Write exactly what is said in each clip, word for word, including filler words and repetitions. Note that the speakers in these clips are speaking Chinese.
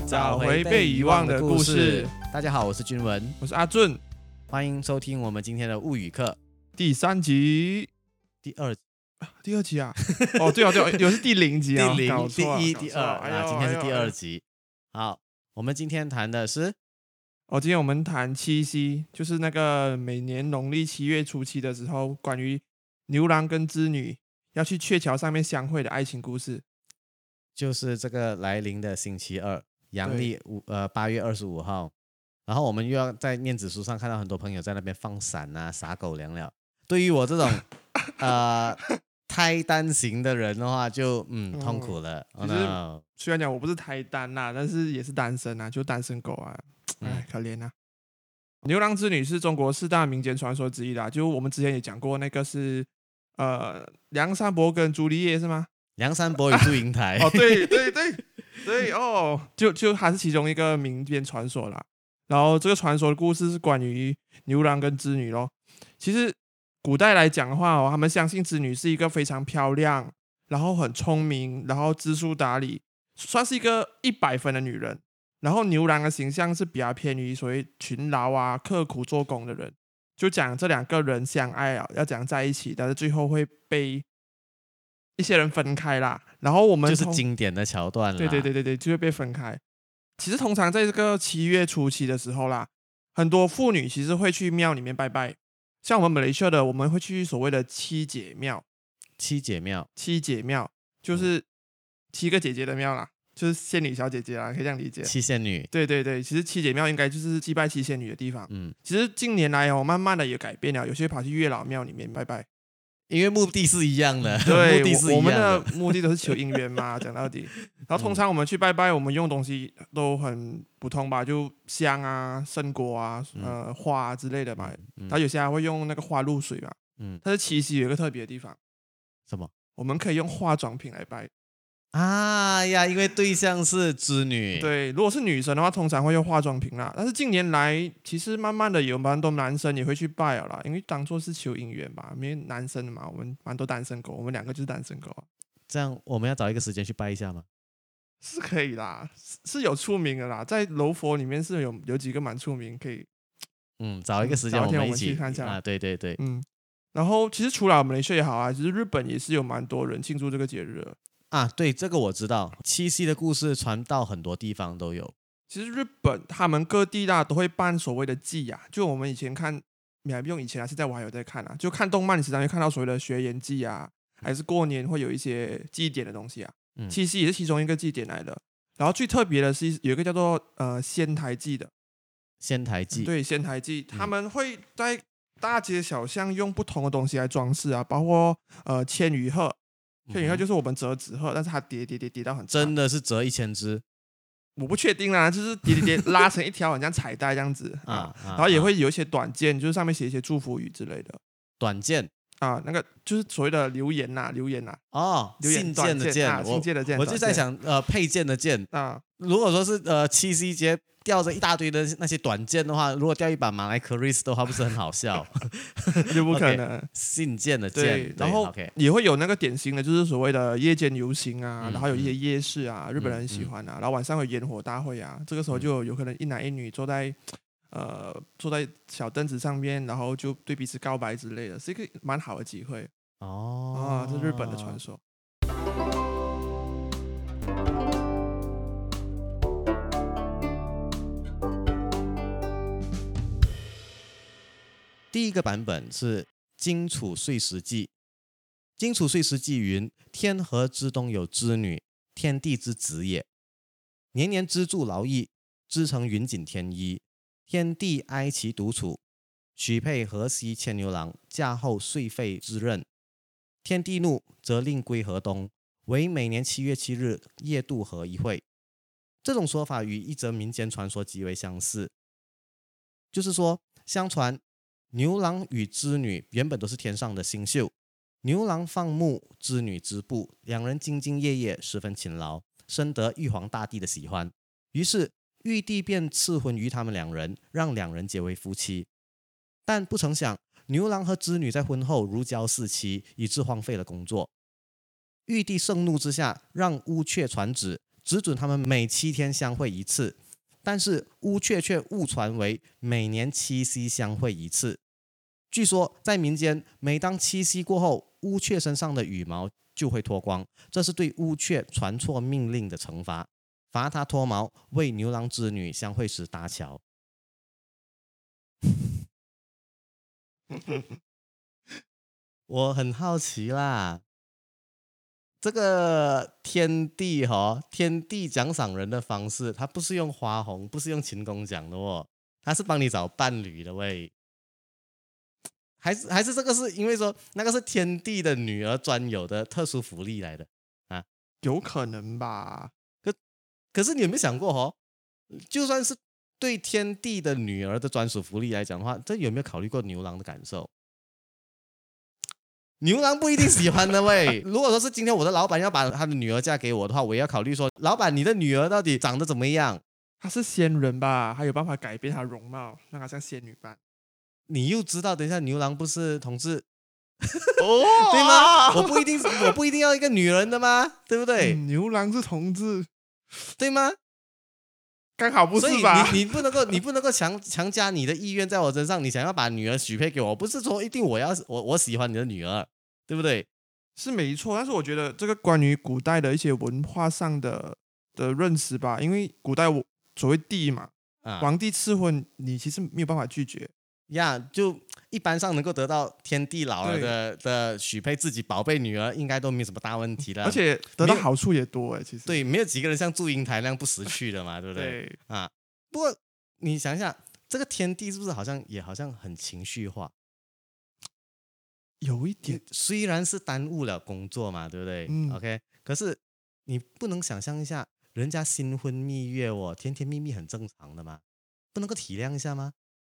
找回被遗忘的故事。 大家好，我是君文， 我是阿俊， 欢迎收听我们今天的物语课第三集， 第二集， 第二集啊？哦，对啊，对啊，有是第零集啊， 第零、 第第一、第二哎啊，今天是第二集。好，我们今天谈的是， 哦，今天我们谈七夕，就是那个每年农历七月初七的时候，关于牛郎跟织女要去鹊桥上面相会的爱情故事。 就是这个来临的星期二，阳历五呃八月二十五号，然后我们又要在面子书上看到很多朋友在那边放闪啊、撒狗粮了。对于我这种呃胎单型的人的话就，嗯痛苦了。 嗯 oh, no. 虽然讲我不是胎单啦，但是也是单身啊，就单身狗啊，哎，可怜啊。牛郎织女是中国四大民间传说之一啦，就我们之前也讲过，那个是呃梁山伯跟朱丽叶是吗？ 梁山伯与祝英台。 哦，对对对对哦，就就还是其中一个民间传说啦。然后这个传说的故事是关于牛郎跟织女咯。其实古代来讲的话哦，他们相信织女是一个非常漂亮，然后很聪明，然后知书达理，算是一个一百分的女人。然后牛郎的形象是比较偏于所谓勤劳啊、刻苦做工的人。就讲这两个人相爱啊，要怎样在一起，但是最后会被一些人分开啦。然后我们就是经典的桥段啦。 对对对对对，就会被分开。其实通常在这个七月初七的时候啦，很多妇女其实会去庙里面拜拜。像我们马来西亚的，我们会去所谓的七姐庙。 七姐庙， 七姐庙就是七个姐姐的庙啦，就是仙女小姐姐啦，可以这样理解。 七仙女。 对对对，其实七姐庙应该就是祭拜七仙女的地方。 嗯， 其实近年来哦，慢慢的也改变了，有些跑去月老庙里面拜拜。 因为目的是一样的， 对， 目的是一样的， 我们的目的都是求姻缘嘛，讲到底。然后通常我们去拜拜，我们用东西都很普通吧，就香啊、圣果啊、呃花啊之类的嘛。 嗯、 然后有些还会用那个花露水嘛。嗯。但是七夕有一个特别的地方， 什么？ 我们可以用化妆品来拜。 啊呀，因为对象是织女。 对，如果是女生的话，通常会用化妆品啦。但是近年来，其实慢慢的有蛮多男生也会去拜了啦，因为当做是求姻缘吧。因为男生嘛，我们蛮多单身狗，我们两个就是单身狗啊。 这样我们要找一个时间去拜一下吗？ 是可以啦，是有出名的啦，在柔佛里面是有有几个蛮出名，可以， 嗯，找一个时间我们一起、嗯、 去看一下啊，对对对， 嗯。然后其实除了我们马来西亚也好啊，其实日本也是有蛮多人庆祝这个节日的。 啊，对，这个我知道，七夕的故事传到很多地方都有。 其实日本他们各地啦都会办所谓的祭啊，就我们以前看，你还不用以前啊，现在我还有在看啊，就看动漫你时常会看到所谓的学园祭啊，还是过年会有一些祭典的东西啊。嗯、七夕也是其中一个祭典来的。然后最特别的是有一个叫做呃仙台祭的。 仙台祭、嗯、 对，仙台祭，他们会在大街小巷用不同的东西来装饰啊，包括呃千羽鹤。千羽鹤就是我们折纸鹤，但是它叠叠叠叠到很长， 真的是折一千只， 我不确定啦，就是叠叠叠拉成一条，很像彩带这样子啊。然后也会有一些短件，就是上面写一些祝福语之类的。 短件啊，那个就是所谓的留言呐、啊，留言呐、 啊。哦，信件的件， 啊、信件的件， 我就在想，呃，配件的件啊。 如果说是呃七夕节吊着一大堆的那些短件的话，如果吊一把马来克瑞斯的话，不是很好笑？ 就不可能。 Okay, 信件的件， 对，然后也会有那个典型的，就是所谓的夜间游行啊，嗯、然后有一些夜市啊，嗯、日本人很喜欢啊，嗯、然后晚上有烟火大会啊，这个时候就有可能一男一女坐在呃坐在小凳子上面，然后就对彼此告白之类的，是一个蛮好的机会。 哦， 啊，这是日本的传说。 第一个版本是《荆楚岁时记》。《荆楚岁时记》云：天河之东有织女，天地之子也。年年织筑劳役，织成云锦天衣。天帝哀其独处，许配河西牵牛郎，嫁后岁废之任。天帝怒，则令归河东，唯每年七月七日夜渡河一会。这种说法与一则民间传说极为相似，就是说，相传牛郎与织女原本都是天上的星宿，牛郎放牧，织女织布，两人兢兢业业，十分勤劳，深得玉皇大帝的喜欢。于是玉帝便赐婚于他们两人，让两人结为夫妻。但不成想，牛郎和织女在婚后如胶似漆，以致荒废了工作。玉帝盛怒之下，让乌鹊传旨， 只准他们每七天相会一次，但是乌鹊却误传为每年七夕相会一次。据说在民间，每当七夕过后，乌鹊身上的羽毛就会脱光，这是对乌鹊传错命令的惩罚，罚它脱毛，为牛郎织女相会时搭桥。我很好奇啦，这个天帝哦，天帝奖赏人的方式，他不是用花红，不是用勤工奖的哦，他是帮你找伴侣的喂。还是还是这个是因为说那个是天帝的女儿专有的特殊福利来的啊？ 有可能吧。 可可是你有没有想过哦，就算是对天帝的女儿的专属福利来讲的话，这有没有考虑过牛郎的感受？牛郎不一定喜欢的喂。如果说是今天我的老板要把他的女儿嫁给我的话，我也要考虑说，老板你的女儿到底长得怎么样？ 她是仙人吧？她有办法改变她容貌，让她像仙女般。 你又知道，等一下牛郎不是同志， 哦， 对吗？我不一定，我不一定要一个女人的吗？对不对？ 嗯、牛郎是同志， 对吗？ 刚好不所以是吧？ 你你不能够，你不能够强强加你的意愿在我身上，你想要把女儿许配给我，不是说一定我要我我喜欢你的女儿，对不对？ 是没错，但是我觉得这个关于古代的一些文化上的的认识吧，因为古代我所谓帝嘛， 啊皇帝赐婚，你其实没有办法拒绝。 呀，就一般上能够得到天地老儿的的许配自己宝贝女儿，应该都没什么大问题了。 而且得到好处也多哎，其实对，没有几个人像祝英台那样不识趣的嘛，对不对？ 对啊，不过你想想，这个天地是不是好像也好像很情绪化？ 有一点， 虽然是耽误了工作嘛，对不对？ 嗯 OK，可是你不能想象一下，人家新婚蜜月哦，甜甜蜜蜜很正常的嘛，不能够体谅一下吗？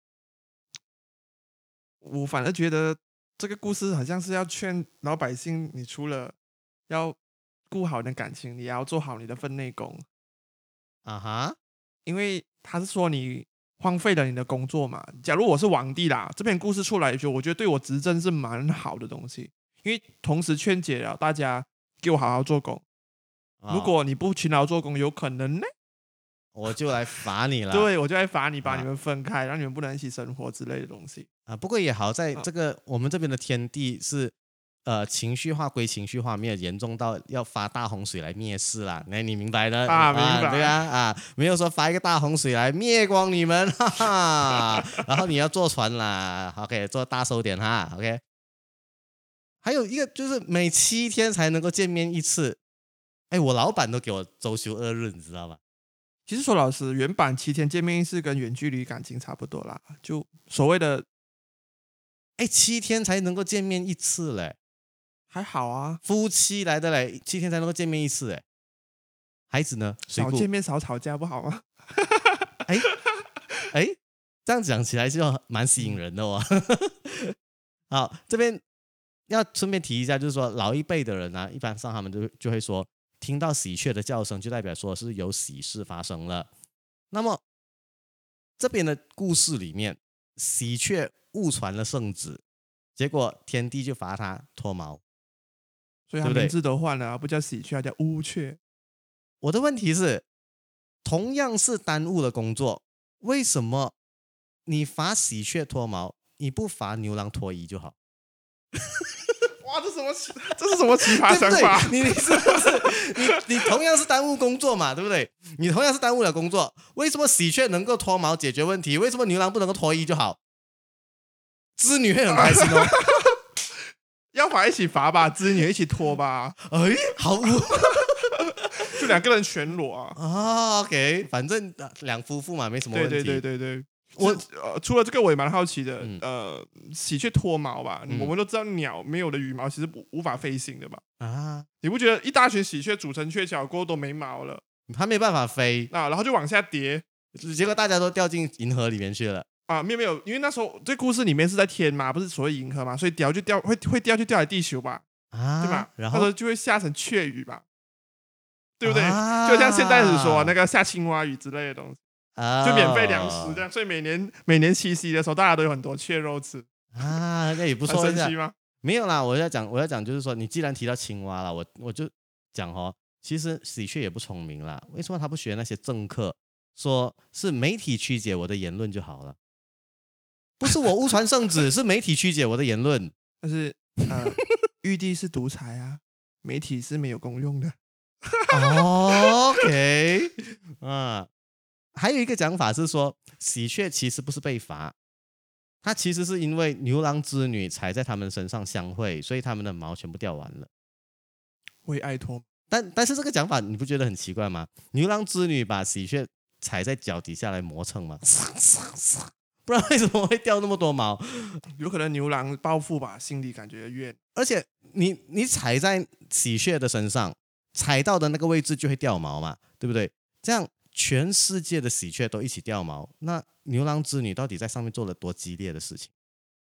我反而觉得这个故事好像是要劝老百姓，你除了要顾好你的感情，你也要做好你的分内工啊哈， 因为他是说你荒废了你的工作嘛。假如我是皇帝啦，这篇故事出来就我觉得对我执政是蛮好的东西，因为同时劝解了大家给我好好做工。 哦、 如果你不勤劳做工，有可能呢， 我就来罚你了。 对我就来罚你，把啊你们分开，让你们不能一起生活之类的东西。 啊，不过也好在这个、啊、我们这边的天地是，呃，情绪化归情绪化，没有严重到要发大洪水来灭世啦。那你明白的啊？明白， 啊对啊啊，没有说发一个大洪水来灭光你们，哈哈。然后你要坐船啦 ，OK， 坐大艘点哈 ，OK。还有一个就是每七天才能够见面一次，哎，我老板都给我周休二日，你知道吗？ 其实说老实，原版七天见面一次跟远距离感情差不多啦，就所谓的。 哎，七天才能够见面一次嘞， 还好啊， 夫妻来的嘞，七天才能够见面一次哎。孩子呢？ 少见面少吵架不好吗？ 哎哎，这样讲起来就蛮吸引人的哦。好，这边要顺便提一下，就是说老一辈的人啊，一般上他们就就会说，听到喜鹊的叫声，就代表说是有喜事发生了。那么这边的故事里面，喜鹊误传了圣旨，结果天帝就罚他脱毛， 所以他名字都换了、啊，不叫喜鹊，叫乌鹊。 我的问题是，同样是耽误了工作，为什么你罚喜鹊脱毛，你不罚牛郎脱衣就好？ 哇，这什么？这是什么奇葩想法？ 对对，你你是不是你你同样是耽误工作嘛，对不对？你同样是耽误了工作，为什么喜鹊能够脱毛解决问题？为什么牛郎不能够脱衣就好？织女会很开心哦。 要罚一起罚吧，织女一起脱吧。 哎，好， 就两个人全裸啊。 啊 ，OK， 反正两夫妇嘛，没什么问题。 对对对对对。我呃，除了这个，我也蛮好奇的。嗯、呃，喜鹊脱毛吧、嗯，我们都知道鸟没有的羽毛其实无法飞行的吧？啊，你不觉得一大群喜鹊组成鹊桥过后都没毛了， 它没办法飞啊，然后就往下跌， 结果大家都掉进银河里面去了。 啊，没有没有，因为那时候这故事里面是在天嘛，不是所谓银河嘛，所以掉就掉会会掉就掉来地球吧，啊，对吧？然后那时候就会下成雀羽吧，对不对？啊、就像现代人说那个下青蛙雨之类的东西。Oh. 就免费粮食这样，所以每年每年七夕的时候，大家都有很多雀肉吃啊，那也不错。 很神奇吗？ 没有啦，我要讲，我要讲，就是说，你既然提到青蛙了，我我就讲哦， 其实喜鹊也不聪明啦，为什么他不学那些政客，说是媒体曲解我的言论就好了？不是我误传圣旨，是媒体曲解我的言论。 但是呃，玉帝是独裁啊，媒体是没有功用的。 OK， 啊，还有一个讲法是说，喜鹊其实不是被罚，它其实是因为牛郎织女踩在他们身上相会，所以他们的毛全部掉完了。 为爱托， 但但是这个讲法你不觉得很奇怪吗？牛郎织女把喜鹊踩在脚底下来磨蹭吗？不然为什么会掉那么多毛？ 有可能牛郎报复吧，心里感觉怨。 而且你你踩在喜鹊的身上，踩到的那个位置就会掉毛嘛，对不对？这样全世界的喜鹊都一起掉毛，那牛郎织女到底在上面做了多激烈的事情？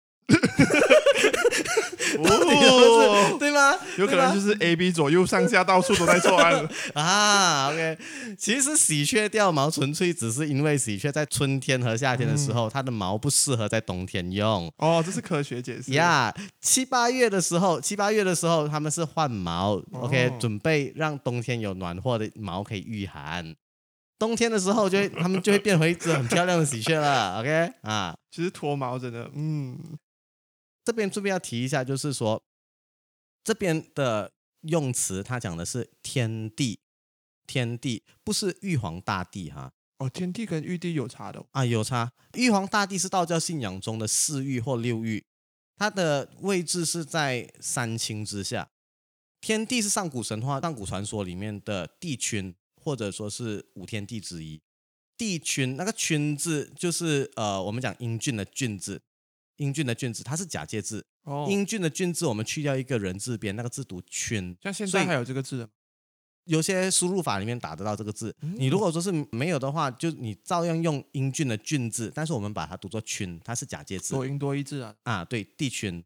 哦， 对吗？ 有可能就是 A B 左右上下到处都在作案啊。OK， 其实喜鹊掉毛纯粹只是因为喜鹊在春天和夏天的时候，嗯、它的毛不适合在冬天用。 哦，这是科学解释。 呀、yeah, ，七八月的时候，七八月的时候他们是换毛、哦、，OK， 准备让冬天有暖和的毛可以御寒。冬天的时候就会，他们就会变回一只很漂亮的喜鹊了。OK 啊， 其实脱毛真的，嗯。 这边顺便要提一下，就是说这边的用词，它讲的是天地，天地不是玉皇大帝哈。 哦，天地跟玉帝有差的、哦、 啊，有差。玉皇大帝是道教信仰中的四御或六御，它的位置是在三清之下。天地是上古神话、上古传说里面的帝君，或者说是五天帝之一。帝君那个君字就是呃，我们讲英俊的俊字。英俊的俊字，它是假借字。哦、英俊的俊字，我们去掉一个人字边，那个字读君。 像现在还有这个字吗？ 有些输入法里面打得到这个字。嗯、你如果说是没有的话，就你照样用英俊的俊字，但是我们把它读作君，它是假借字。 多音多义字啊。 啊，对，帝君。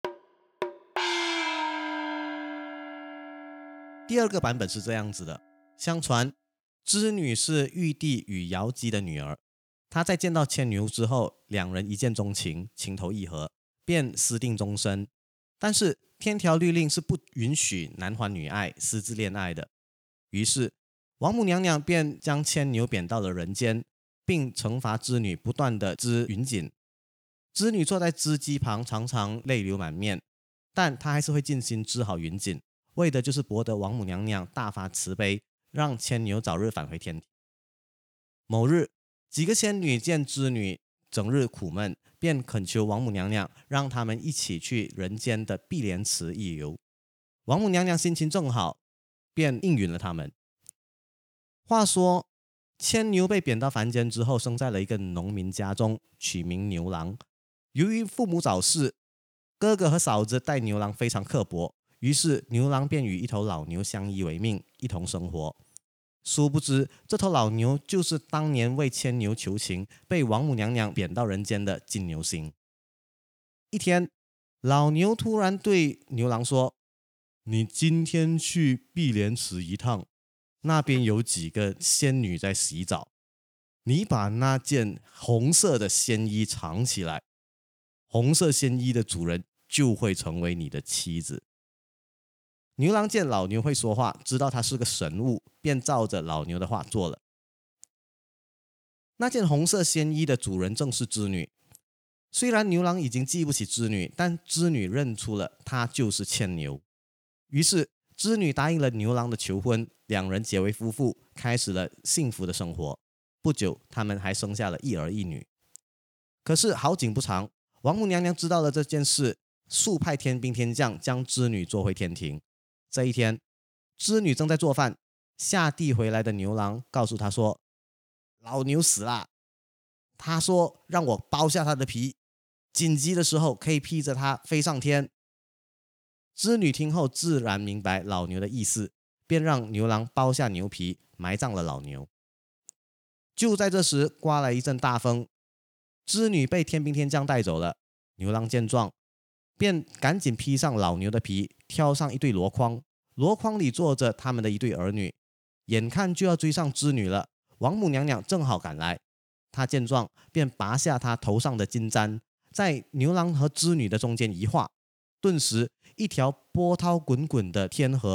第二个版本是这样子的：相传织女是玉帝与瑶姬的女儿。他在见到牵牛之后，两人一见钟情，情投意合，便私定终身。但是天条律令是不允许男欢女爱、私自恋爱的。于是王母娘娘便将牵牛贬到了人间，并惩罚织女不断的织云锦。织女坐在织机旁，常常泪流满面，但她还是会尽心织好云锦，为的就是博得王母娘娘大发慈悲，让牵牛早日返回天庭。某日，几个仙女见织女整日苦闷，便恳求王母娘娘让他们一起去人间的碧莲池一游。王母娘娘心情正好，便应允了他们。话说牵牛被贬到凡间之后，生在了一个农民家中，取名牛郎。由于父母早逝，哥哥和嫂子待牛郎非常刻薄，于是牛郎便与一头老牛相依为命，一同生活。殊不知，这头老牛就是当年为牵牛求情，被王母娘娘贬到人间的金牛星。一天，老牛突然对牛郎说：“你今天去碧莲池一趟，那边有几个仙女在洗澡，你把那件红色的仙衣藏起来，红色仙衣的主人就会成为你的妻子。”牛郎见老牛会说话，知道他是个神物，便照着老牛的话做了。那件红色仙衣的主人正是织女。虽然牛郎已经记不起织女，但织女认出了她就是牵牛。于是织女答应了牛郎的求婚，两人结为夫妇，开始了幸福的生活。不久，他们还生下了一儿一女。可是好景不长，王母娘娘知道了这件事，速派天兵天将将织女捉回天庭。这一天，织女正在做饭，下地回来的牛郎告诉她说：“老牛死了。”他说：“让我剥下他的皮，紧急的时候可以披着它飞上天。”织女听后自然明白老牛的意思，便让牛郎剥下牛皮，埋葬了老牛。就在这时，刮来一阵大风，织女被天兵天将带走了。牛郎见状，便赶紧披上老牛的皮，挑上一对箩筐，箩筐里坐着他们的一对儿女，眼看就要追上织女了。王母娘娘正好赶来，她见状便拔下她头上的金簪，在牛郎和织女的中间一画，顿时一条波涛滚滚的天河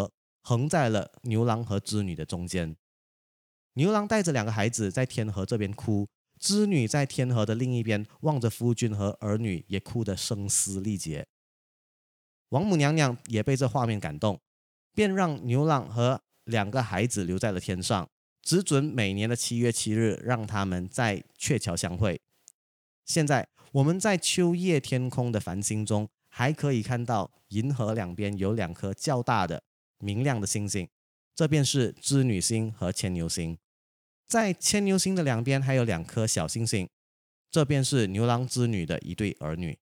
横在了牛郎和织女的中间。牛郎带着两个孩子在天河这边哭，织女在天河的另一边望着夫君和儿女，也哭得声嘶力竭。王母娘娘也被这画面感动，便让牛郎和两个孩子留在了天上，只准每年的七月七日让他们在鹊桥相会。现在我们在秋夜天空的繁星中，还可以看到银河两边有两颗较大的明亮的星星，这便是织女星和牵牛星。在牵牛星的两边还有两颗小星星，这便是牛郎织女的一对儿女。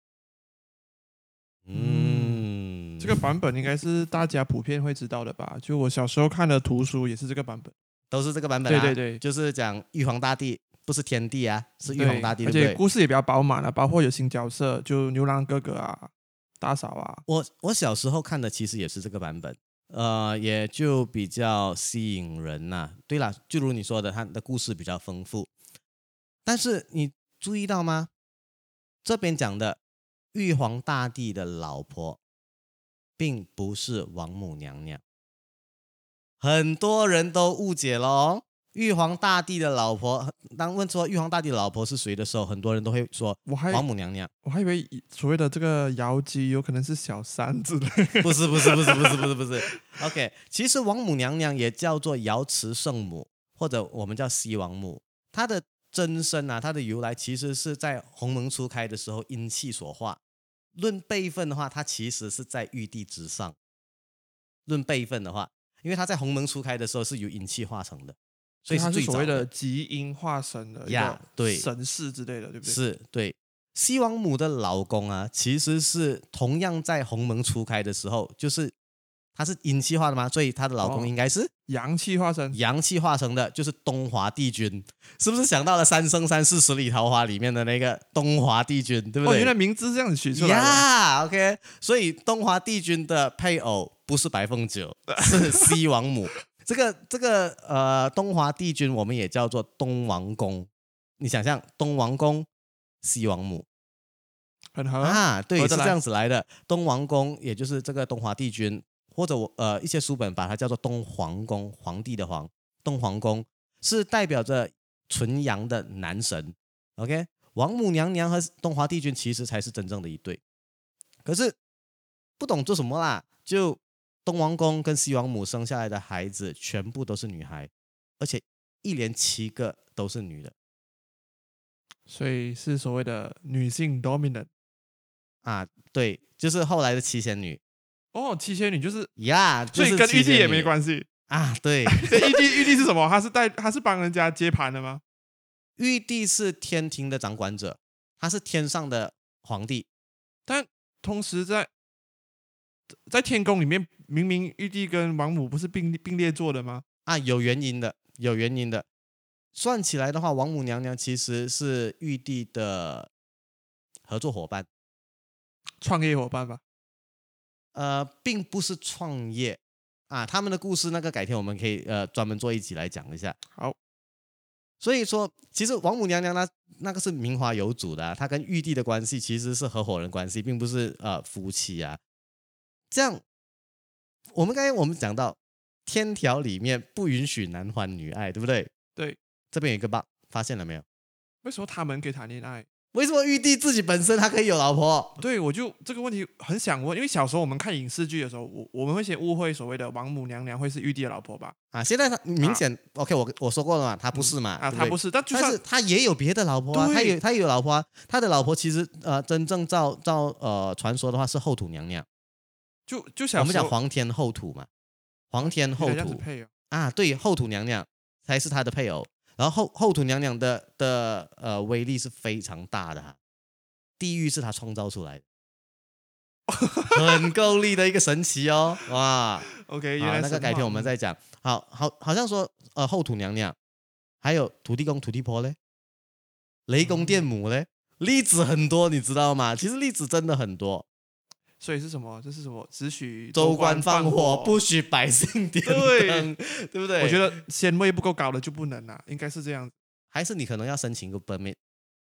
嗯， 这个版本应该是大家普遍会知道的吧？就我小时候看的图书也是这个版本， 都是这个版本啊。 对对对， 就是讲玉皇大帝，不是天帝啊，是玉皇大帝， 对， 对不对？ 而且故事也比较饱满了、啊，包括有新角色，就牛郎哥哥啊、大嫂啊。 我我小时候看的其实也是这个版本，呃，也就比较吸引人呐、啊。对了，就如你说的，它的故事比较丰富。但是你注意到吗？这边讲的玉皇大帝的老婆，并不是王母娘娘。很多人都误解了哦。玉皇大帝的老婆，当问说玉皇大帝的老婆是谁的时候，很多人都会说王母娘娘。 我还以为所谓的这个瑶姬有可能是小三之类。 不是不是不是不是不是不是。OK， 其实王母娘娘也叫做瑶池圣母，或者我们叫西王母。她的真身啊，它的由来其实是在鸿蒙初开的时候阴气所化。论辈分的话，它其实是在玉帝之上。论辈分的话，因为它在鸿蒙初开的时候是由阴气化成的，所以是它是最早所谓的极阴化神的呀，对， 神事之类的，对不对？ 是，对。西王母的老公啊，其实是同样在鸿蒙初开的时候，就是他是阴气化的嘛，所以她的老公应该是、哦、 阳气化身， 阳气化成的，就是东华帝君。是不是想到了《三生三世十里桃花》里面的那个东华帝君，对不对？ 哦，原来名字是这样子取出来的。 呀、yeah, OK， 所以东华帝君的配偶不是白凤九，是西王母。这个这个呃，东华帝君我们也叫做东王公。你想象东王公、西王母， 很合啊，对，是这样子来的。东王公也就是这个东华帝君，或者我呃一些书本把它叫做东皇公，皇帝的皇，东皇公是代表着纯阳的男神。OK， 王母娘娘和东华帝君其实才是真正的一对，可是不懂做什么啦，就东王公跟西王母生下来的孩子全部都是女孩，而且一连七个都是女的， 所以是所谓的女性 dominant 啊，对，就是后来的七仙女。 哦，七仙女就是呀， yeah, 所以跟玉帝也没关系啊。对， 玉帝玉帝是什么？他是带他是帮人家接盘的吗？ 玉帝是天庭的掌管者，他是天上的皇帝， 但同时在在天宫里面，明明玉帝跟王母不是并并列坐的吗？ 啊，有原因的，有原因的。算起来的话，王母娘娘其实是玉帝的合作伙伴、 创业伙伴吧？ 呃，并不是创业啊。他们的故事那个改天我们可以呃专门做一集来讲一下。 好。 所以说，其实王母娘娘呢，那个是名花有主的、啊，她跟玉帝的关系其实是合伙人关系，并不是呃夫妻啊。这样，我们刚才我们讲到天条里面不允许男欢女爱，对不对？ 对， 这边有一个 bug， 发现了没有？ 为什么他们可以谈恋爱？ 为什么玉帝自己本身他可以有老婆？ 对，我就这个问题很想问，因为小时候我们看影视剧的时候，我我们会先误会所谓的王母娘娘会是玉帝的老婆吧？ 啊，现在他明显、啊、OK， 我我说过了嘛，他不是嘛？ 嗯、啊，他不是，但就但是他也有别的老婆啊，他有他也有老婆啊，他的老婆其实呃，真正照照呃传说的话是后土娘娘， 就就小时候我们讲皇天后土嘛，皇天后土、 哦、 啊，对，后土娘娘才是他的配偶，然后后后土娘娘的的呃威力是非常大的哈、啊。地狱是他创造出来的，很够力的一个神奇哦，哇 ！OK， 原来那个改天我们再讲。好好，好像说呃后土娘娘，还有土地公、土地婆嘞，雷公电母嘞，例子很多，你知道吗？其实例子真的很多。 所以是什么？这是什么？只许州官放火，不许百姓点灯，对, 对不对？ 我觉得仙位不够高的就不能啊，应该是这样。 还是你可能要申请个 permit。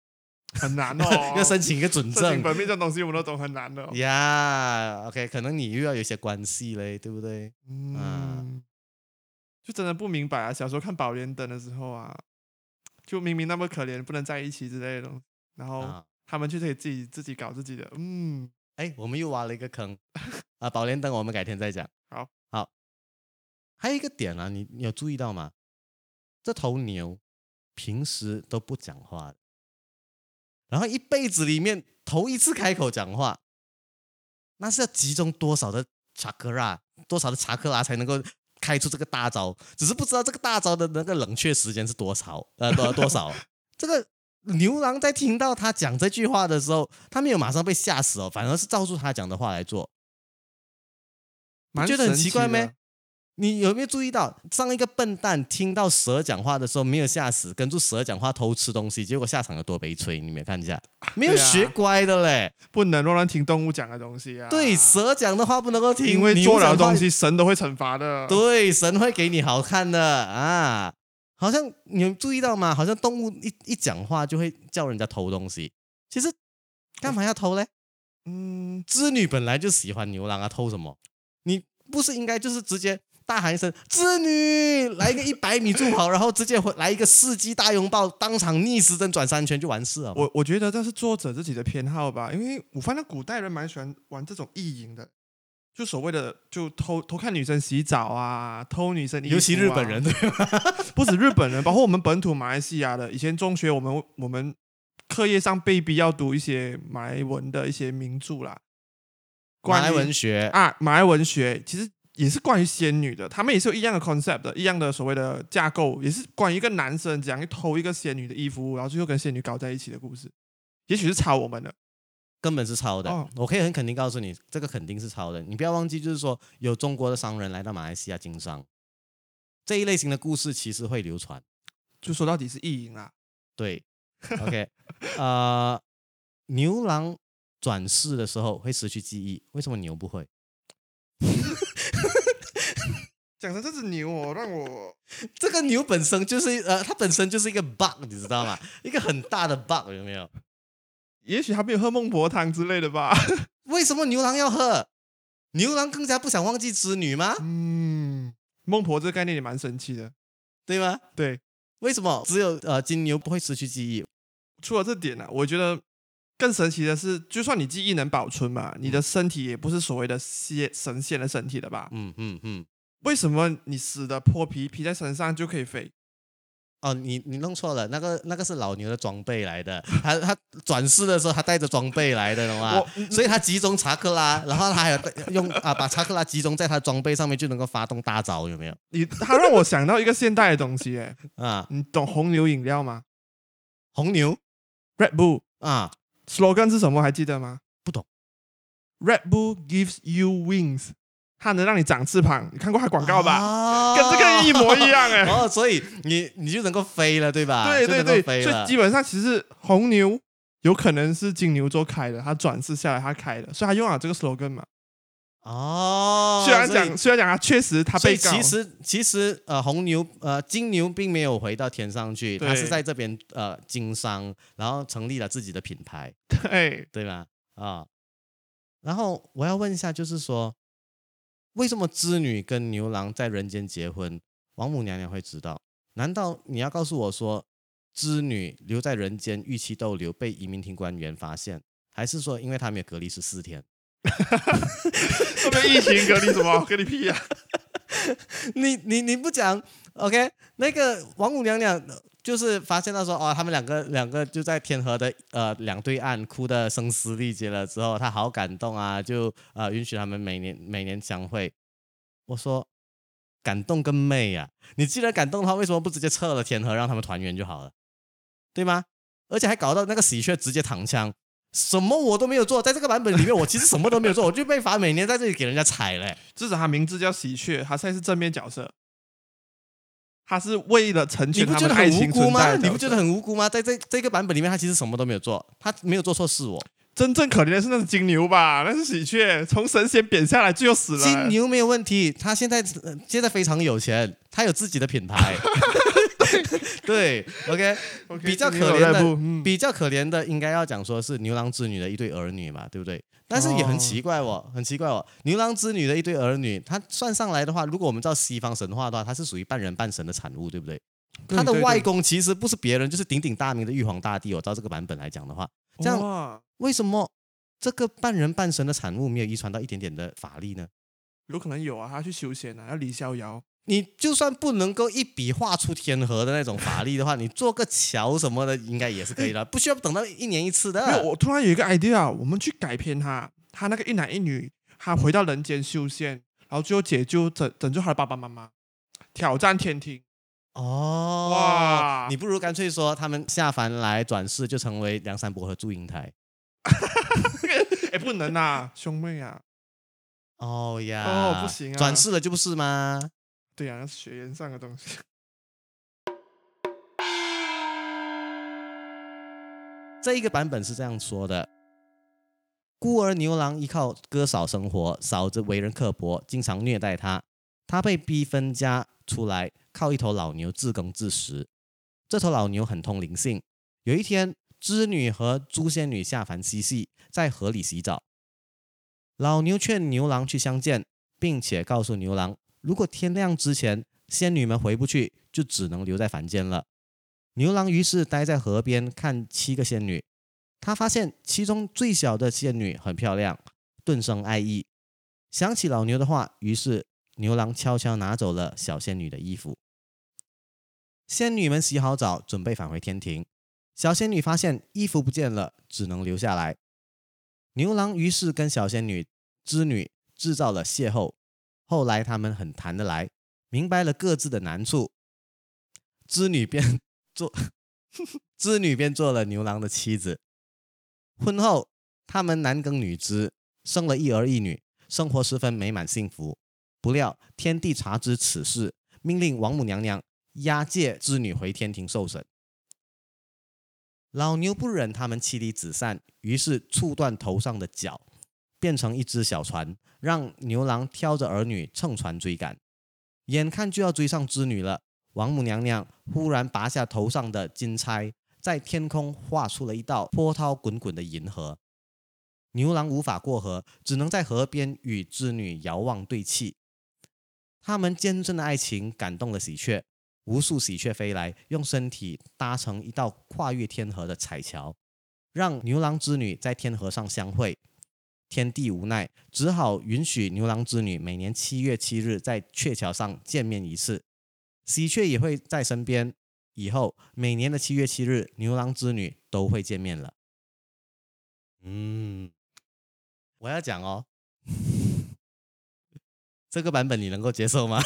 很难哦， 要申请一个准申请证。 本命这种东西我们都懂很难的、哦。 呀、yeah, ，OK， 可能你又要有一些关系嘞，对不对？ 嗯， 啊就真的不明白啊。小时候看《宝莲灯》的时候啊，就明明那么可怜，不能在一起之类的东西，然后啊， 他们就可以自己自己搞自己的。嗯， 哎，我们又挖了一个坑啊！宝莲灯我们改天再讲。 好， 好，还有一个点啊，你你有注意到吗？这头牛平时都不讲话的，然后一辈子里面头一次开口讲话，那是要集中多少的查克拉，多少的查克拉才能够开出这个大招？只是不知道这个大招的那个冷却时间是多少，呃，多多少？这个牛郎在听到他讲这句话的时候，他没有马上被吓死哦，反而是照住他讲的话来做，你蛮觉得很神奇奇怪没的？ 你有没有注意到，上一个笨蛋听到蛇讲话的时候没有吓死，跟住蛇讲话偷吃东西，结果下场有多悲催？你没有看一下？没有对啊学乖的嘞。 不能乱听动物讲的东西啊。 对，蛇讲的话不能够听， 因为做了东西， 西，神都会惩罚的。 对，神会给你好看的啊。好像你有注意到吗？好像动物一一讲话就会叫人家偷东西。其实干嘛要偷嘞？ 嗯， 织女本来就喜欢牛郎啊，偷什么？你不是应该就是直接大喊一声“织女”，来一个一百米助跑，然后直接回来一个世纪大拥抱，当场逆时针转三圈就完事了。 我我觉得这是作者自己的偏好吧，因为我发现古代人蛮喜欢玩这种意淫的，就所谓的就偷偷看女生洗澡啊，偷女生衣服、啊， 尤其日本人，对吧？ 不止日本人，包括我们本土马来西亚的，以前中学我们我们课业上被逼要读一些马来文的一些名著啦， 马来文学啊，马来文学其实也是关于仙女的，他们也是有一样的 concept 的，一样的所谓的架构，也是关于一个男生怎样去偷一个仙女的衣服，然后最后跟仙女搞在一起的故事，也许是抄我们的。 根本是抄的、 哦我可以很肯定告诉你，这个肯定是抄的。你不要忘记，就是说有中国的商人来到马来西亚经商，这一类型的故事其实会流传。 就说到底是意淫啦。 对，OK， 呃，牛郎转世的时候会失去记忆，为什么牛不会？ 讲的这只牛哦，让我这个牛本身就是呃，它本身就是一个 bug， 你知道吗？一个很大的 bug， 有没有？ 也许他没有喝孟婆汤之类的吧。 为什么牛郎要喝？牛郎更加不想忘记织女吗？ 嗯，孟婆这个概念也蛮神奇的。 对吗？ 对， 为什么只有呃金牛不会失去记忆？ 除了这点呢、啊，我觉得更神奇的是，就算你记忆能保存嘛，你的身体也不是所谓的仙神仙的身体了吧？ 嗯嗯嗯。 为什么你死的破皮皮在身上就可以飞？ 哦，你你弄错了，那个那个是老牛的装备来的，他他转世的时候他带着装备来的，懂吗？所以他集中查克拉，然后他还有用啊把查克拉集中在他的装备上面，就能够发动大招，有没有？ 你他让我想到一个现代的东西，哎， 啊， 你懂红牛饮料吗红牛 ？Red Bull 啊， slogan 是什么？还记得吗？ 不懂。 Red Bull gives you wings， 它能让你长翅膀。你看过它广告吧？ 啊、 跟这个一模一样哎。 哦，所以你你就能够飞了，对吧？ 对对对，所飞了以基本上其实红牛有可能是金牛座开的，他转世下来他开的，所以他用了这个 slogan 嘛。 哦， 虽然所以讲虽然讲他确实他所以被告， 其实其实呃红牛呃金牛并没有回到天上去， 对他是在这边呃经商，然后成立了自己的品牌， 对， 对吧？啊，然后我要问一下，就是说为什么织女跟牛郎在人间结婚，王母娘娘会知道？难道你要告诉我说织女留在人间逾期逗留，被移民厅官员发现，还是说因为她没有隔离十四天？ 会不会疫情隔离什么？隔离屁啊！ 你你你不讲 ，OK？那个王母娘娘就是发现到说，哦，他们两个两个就在天河的呃两对岸哭得声嘶力竭了之后，她好感动啊，就呃允许他们每年每年相会。我说感动个妹啊！你既然感动的话，为什么不直接撤了天河，让他们团圆就好了，对吗？而且还搞到那个喜鹊直接躺枪。什么我都没有做，在这个版本里面，我其实什么都没有做，我就被罚每年在这里给人家踩嘞。 至少他名字叫喜鹊，他现在是正面角色，他是为了成全他们爱情存在的。 你不觉得很无辜吗？在这这个版本里面，他其实什么都没有做，他没有做错事哦。 真正可怜的是那是金牛吧？那是喜鹊，从神仙贬下来最后死了。 金牛没有问题，他现在、呃、现在非常有钱，他有自己的品牌。 对 ，OK，, OK， 比较今天可怜的， 有那部嗯比较可怜的，应该要讲说是牛郎织女的一对儿女嘛，对不对？但是也很奇怪哦，很奇怪哦，牛郎织女的一对儿女，他算上来的话，如果我们照西方神话的话，他是属于半人半神的产物，对不对？ 对他的对对外公其实不是别人，就是鼎鼎大名的玉皇大帝哦。照这个版本来讲的话，这样哇， 为什么这个半人半神的产物没有遗传到一点点的法力呢？ 有可能有啊，他去修仙啊，要李逍遥。 你就算不能够一笔画出天河的那种法力的话，你做个桥什么的，应该也是可以的，不需要等到一年一次的。 没有，我突然有一个 idea，我们去改编他，他那个一男一女，他回到人间修仙，然后最后解救拯拯救他的爸爸妈妈，挑战天庭。 哦， 哇你不如干脆说他们下凡来转世，就成为梁山伯和祝英台。 哎，不能啊，兄妹啊。 哦呀， 哦不行啊转世了就不是吗？ 对啊，那是血缘上的东西。 这一个版本是这样说的：孤儿牛郎依靠哥嫂生活，嫂子为人刻薄，经常虐待他。他被逼分家出来，靠一头老牛自耕自食。这头老牛很通灵性。有一天，织女和朱仙女下凡嬉戏，在河里洗澡。老牛劝牛郎去相见，并且告诉牛郎，如果天亮之前仙女们回不去，就只能留在凡间了。牛郎于是待在河边看七个仙女，他发现其中最小的仙女很漂亮，顿生爱意。想起老牛的话，于是牛郎悄悄拿走了小仙女的衣服。仙女们洗好澡，准备返回天庭。小仙女发现衣服不见了，只能留下来。牛郎于是跟小仙女、织女制造了邂逅，后来他们很谈得来，明白了各自的难处，织女便做织女便做了牛郎的妻子。婚后，他们男耕女织，生了一儿一女，生活十分美满幸福。不料天帝察知此事，命令王母娘娘押解织女回天庭受审。老牛不忍他们妻离子散，于是触断头上的角，变成一只小船，让牛郎挑着儿女乘船追赶。眼看就要追上织女了，王母娘娘忽然拔下头上的金钗，在天空画出了一道波涛滚滚的银河。牛郎无法过河，只能在河边与织女遥望对泣。他们坚贞的爱情感动了喜鹊，无数喜鹊飞来，用身体搭成一道跨越天河的彩桥，让牛郎织女在天河上相会。天帝无奈，只好允许牛郎织女每年七月七日在鹊桥上见面一次，喜鹊也会在身边。以后每年的七月七日，牛郎织女都会见面了。嗯，我要讲哦，这个版本你能够接受吗？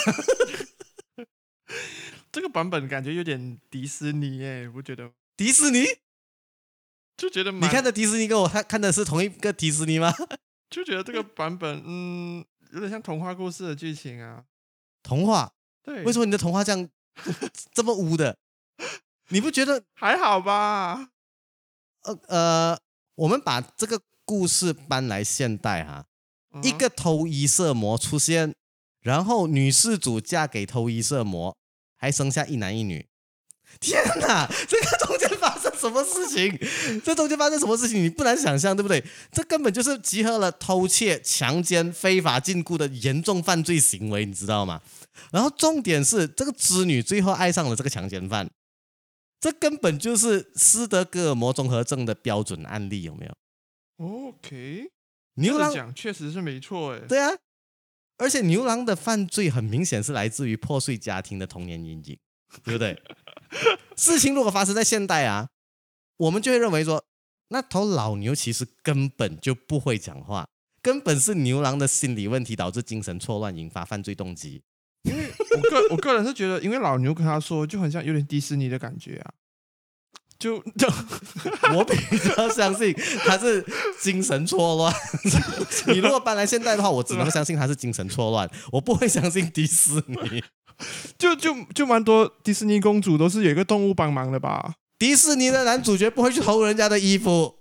这个版本感觉有点迪士尼耶，不觉得？ 迪士尼？ 就觉得你看的迪士尼跟我看看的是同一个迪士尼吗？ 就觉得这个版本，嗯，有点像童话故事的剧情啊。 童话？ 对， 为什么你的童话这样这么污的？你不觉得还好吧？ 呃呃，我们把这个故事搬来现代哈， 嗯、 一个偷衣色魔出现，然后女事主嫁给偷衣色魔，还生下一男一女。天哪，这个中间发生什么事情？这中间发生什么事情？你不难想象，对不对？这根本就是集合了偷窃、强奸、非法禁锢的严重犯罪行为，你知道吗？然后重点是，这个织女最后爱上了这个强奸犯，这根本就是斯德哥尔摩综合症的标准案例，有没有 ？OK， 牛郎讲确实是没错，哎， 对啊，而且牛郎的犯罪很明显是来自于破碎家庭的童年阴影，对不对？事情如果发生在现代啊，我们就会认为说，那头老牛其实根本就不会讲话，根本是牛郎的心理问题导致精神错乱，引发犯罪动机。 因为我个我个人是觉得，因为老牛跟他说，就很像有点迪士尼的感觉啊。就就我比较相信他是精神错乱。你如果搬来现代的话，我只能相信他是精神错乱，我不会相信迪士尼。 就就就蛮多迪士尼公主都是有一个动物帮忙的吧？ 迪士尼的男主角不会去偷人家的衣服。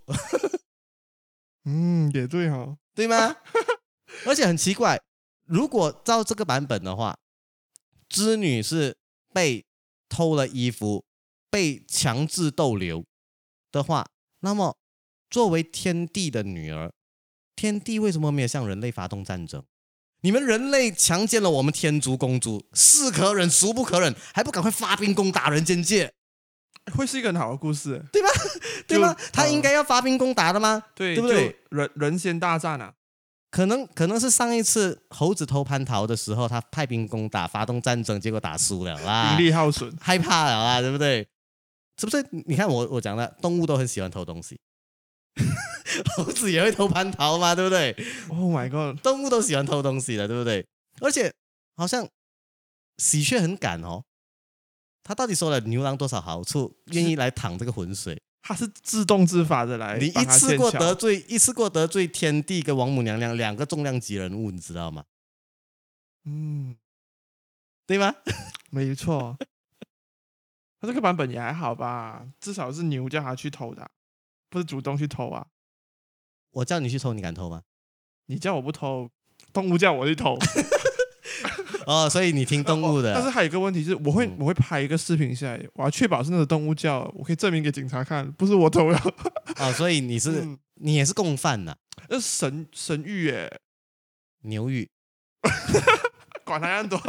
嗯，也对哈， 对吗？而且很奇怪，如果照这个版本的话，织女是被偷了衣服，被强制逗留的话，那么作为天帝的女儿，天帝为什么没有向人类发动战争？你们人类强奸了我们天竺公主，是可忍孰不可忍，还不赶快发兵攻打人间界？ 会是一个很好的故事， 对吧？对吗？他应该要发兵攻打的吗？ 对， 对不对？ 人人仙大战啊， 可能可能是上一次猴子偷蟠桃的时候，他派兵攻打，发动战争，结果打输了啦， 兵力耗损， 害怕了啊，对不对？是不是？你看我我讲的，动物都很喜欢偷东西，猴子也会偷蟠桃嘛，对不对 ？Oh my god， 动物都喜欢偷东西的，对不对？而且好像喜鹊很敢哦。他到底收了牛郎多少好处，愿意来淌这个浑水？ 他是自动自发的来， 你一次过得罪，一次过得罪天帝跟王母娘娘两个重量级人物，你知道吗？ 嗯， 对吗？ 没错。他这个版本也还好吧，至少是牛叫他去偷的，不是主动去偷啊。 我叫你去偷，你敢偷吗？ 你叫我不偷，动物叫我去偷。 哦，所以你听动物的。 哦、但是还有一个问题是，我会、嗯、我会拍一个视频下来，我要确保是那个动物叫，我可以证明给警察看，不是我偷的。 哦，所以你是、嗯、你也是共犯呐、啊？ 那是神神谕耶， 牛语， 管他样多。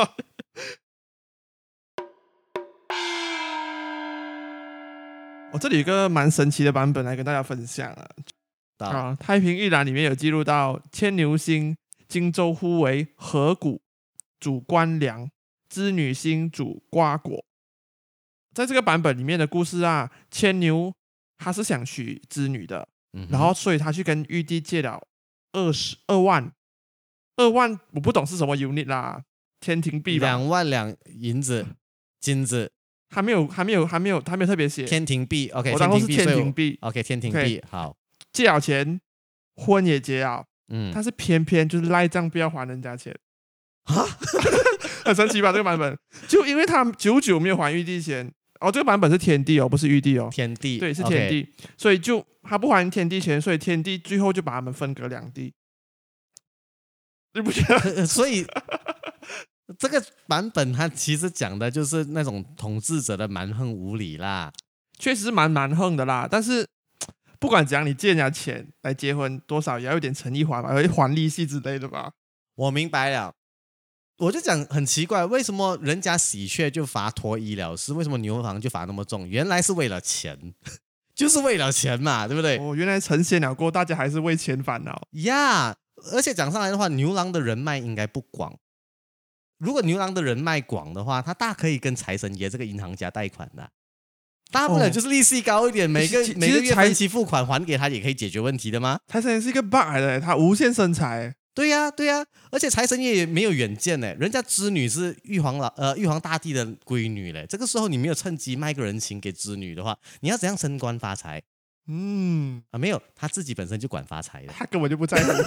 我、哦、这里有一个蛮神奇的版本来跟大家分享啊。啊，太平御览里面有记录到牵牛星荆州呼为河谷，主官粮，织女星主瓜果。在这个版本里面的故事啊，牵牛他是想娶织女的，嗯、然后所以他去跟玉帝借了二十二万，二万我不懂是什么 unit 啦，天庭币吧， 两万两银子金子。 还没有，还没有，还没有，他没有特别写天庭币 ，OK， 我当做是天庭币 ，OK， 天庭币， okay, 好， 借了钱，婚也结了，嗯，但是偏偏就是赖账不要还人家钱，啊，很神奇吧？这个版本，就因为他久久没有还玉帝钱，哦，这个版本是天帝哦，不是玉帝哦， 天帝， 对，是天帝， okay. 所以就他不还天帝钱，所以天帝最后就把他们分隔两地，你不觉得？ 所以。这个版本它其实讲的就是那种统治者的蛮横无理啦， 确实是蛮蛮横的啦。但是不管怎样，你借人家钱来结婚，多少也要有点诚意还吧，要还利息之类的吧。 我明白了，我就讲很奇怪，为什么人家喜鹊就罚脱衣了事，为什么牛郎就罚那么重？原来是为了钱，就是为了钱嘛，对不对？ 哦，原来成仙了过，大家还是为钱烦恼呀。Yeah, 而且讲上来的话，牛郎的人脉应该不广。如果牛郎的人脉广的话，他大可以跟财神爷这个银行家贷款的，大不了就是利息高一点，哦、每个每个月分期付款还给他也可以解决问题的吗？ 财神爷是一个 bug 的，他无限生财。 对呀、啊、对呀、啊，而且财神爷也没有远见呢，人家织女是玉皇老呃玉皇大帝的闺女嘞，这个时候你没有趁机卖个人情给织女的话，你要怎样升官发财？嗯啊，没有，他自己本身就管发财的， 他根本就不在乎。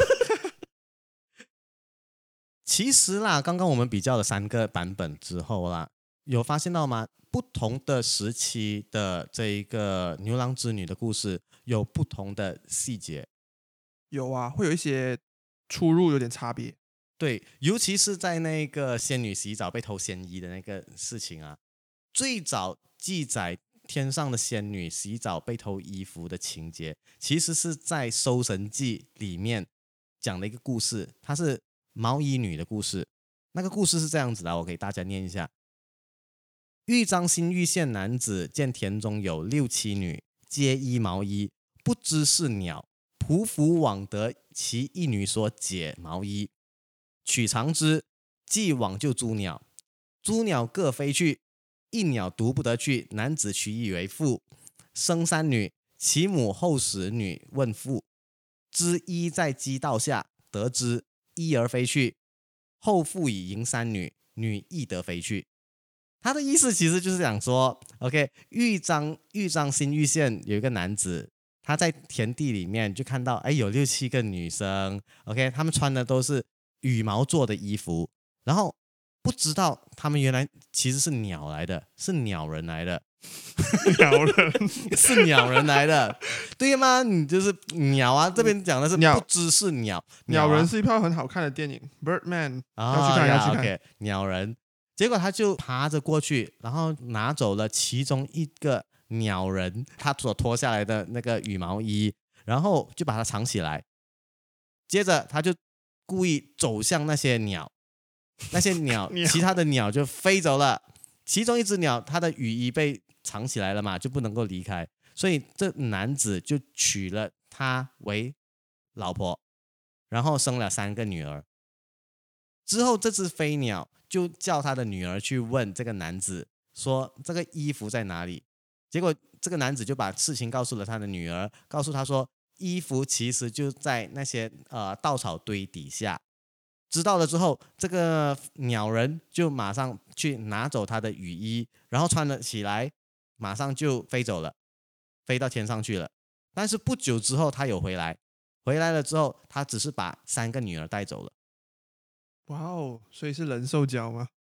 其实啦，刚刚我们比较了三个版本之后啦，有发现到吗？不同的时期的这一个牛郎织女的故事有不同的细节。 有啊，会有一些出入，有点差别。 对，尤其是在那个仙女洗澡被偷仙衣的那个事情啊，最早记载天上的仙女洗澡被偷衣服的情节，其实是在《搜神记》里面讲的一个故事，它是毛衣女的故事。那个故事是这样子的，我给大家念一下。豫章新玉县男子见田中有六七女，皆衣毛衣，不知是鸟，匍匐往得其一女所解毛衣，取长之，既往就诸鸟，诸鸟各飞去，一鸟独不得去，男子取以为妇，生三女，其母后使女问父，知衣在鸡道下，得知一而飞去，后父以迎三女，女亦得飞去。他的意思其实就是讲说 ，OK， 豫章豫章新玉县有一个男子，他在田地里面就看到，哎，有六七个女生 ，OK， 他们穿的都是羽毛做的衣服，然后不知道他们原来其实是鸟来的，是鸟人来的。 鸟人是鸟人来的，对吗？你就是鸟啊，这边讲的是不知是鸟。 鸟, 鸟人是一部很好看的电影 ，Birdman，、啊、要去看， 呀要去看。 Okay, 鸟人结果他就爬着过去，然后拿走了其中一个鸟人他所脱下来的那个羽毛衣，然后就把它藏起来。接着他就故意走向那些鸟，那些鸟鸟其他的鸟就飞走了。其中一只鸟，它的羽衣被藏起来了嘛，就不能够离开，所以这男子就娶了她为老婆，然后生了三个女儿。之后，这只飞鸟就叫他的女儿去问这个男子说：“这个衣服在哪里？”结果，这个男子就把事情告诉了他的女儿，告诉他说：“衣服其实就在那些呃稻草堆底下。”知道了之后，这个鸟人就马上去拿走他的雨衣，然后穿了起来，马上就飞走了，飞到天上去了。但是不久之后，他有回来，回来了之后，他只是把三个女儿带走了。 哇哦，所以是人兽交吗？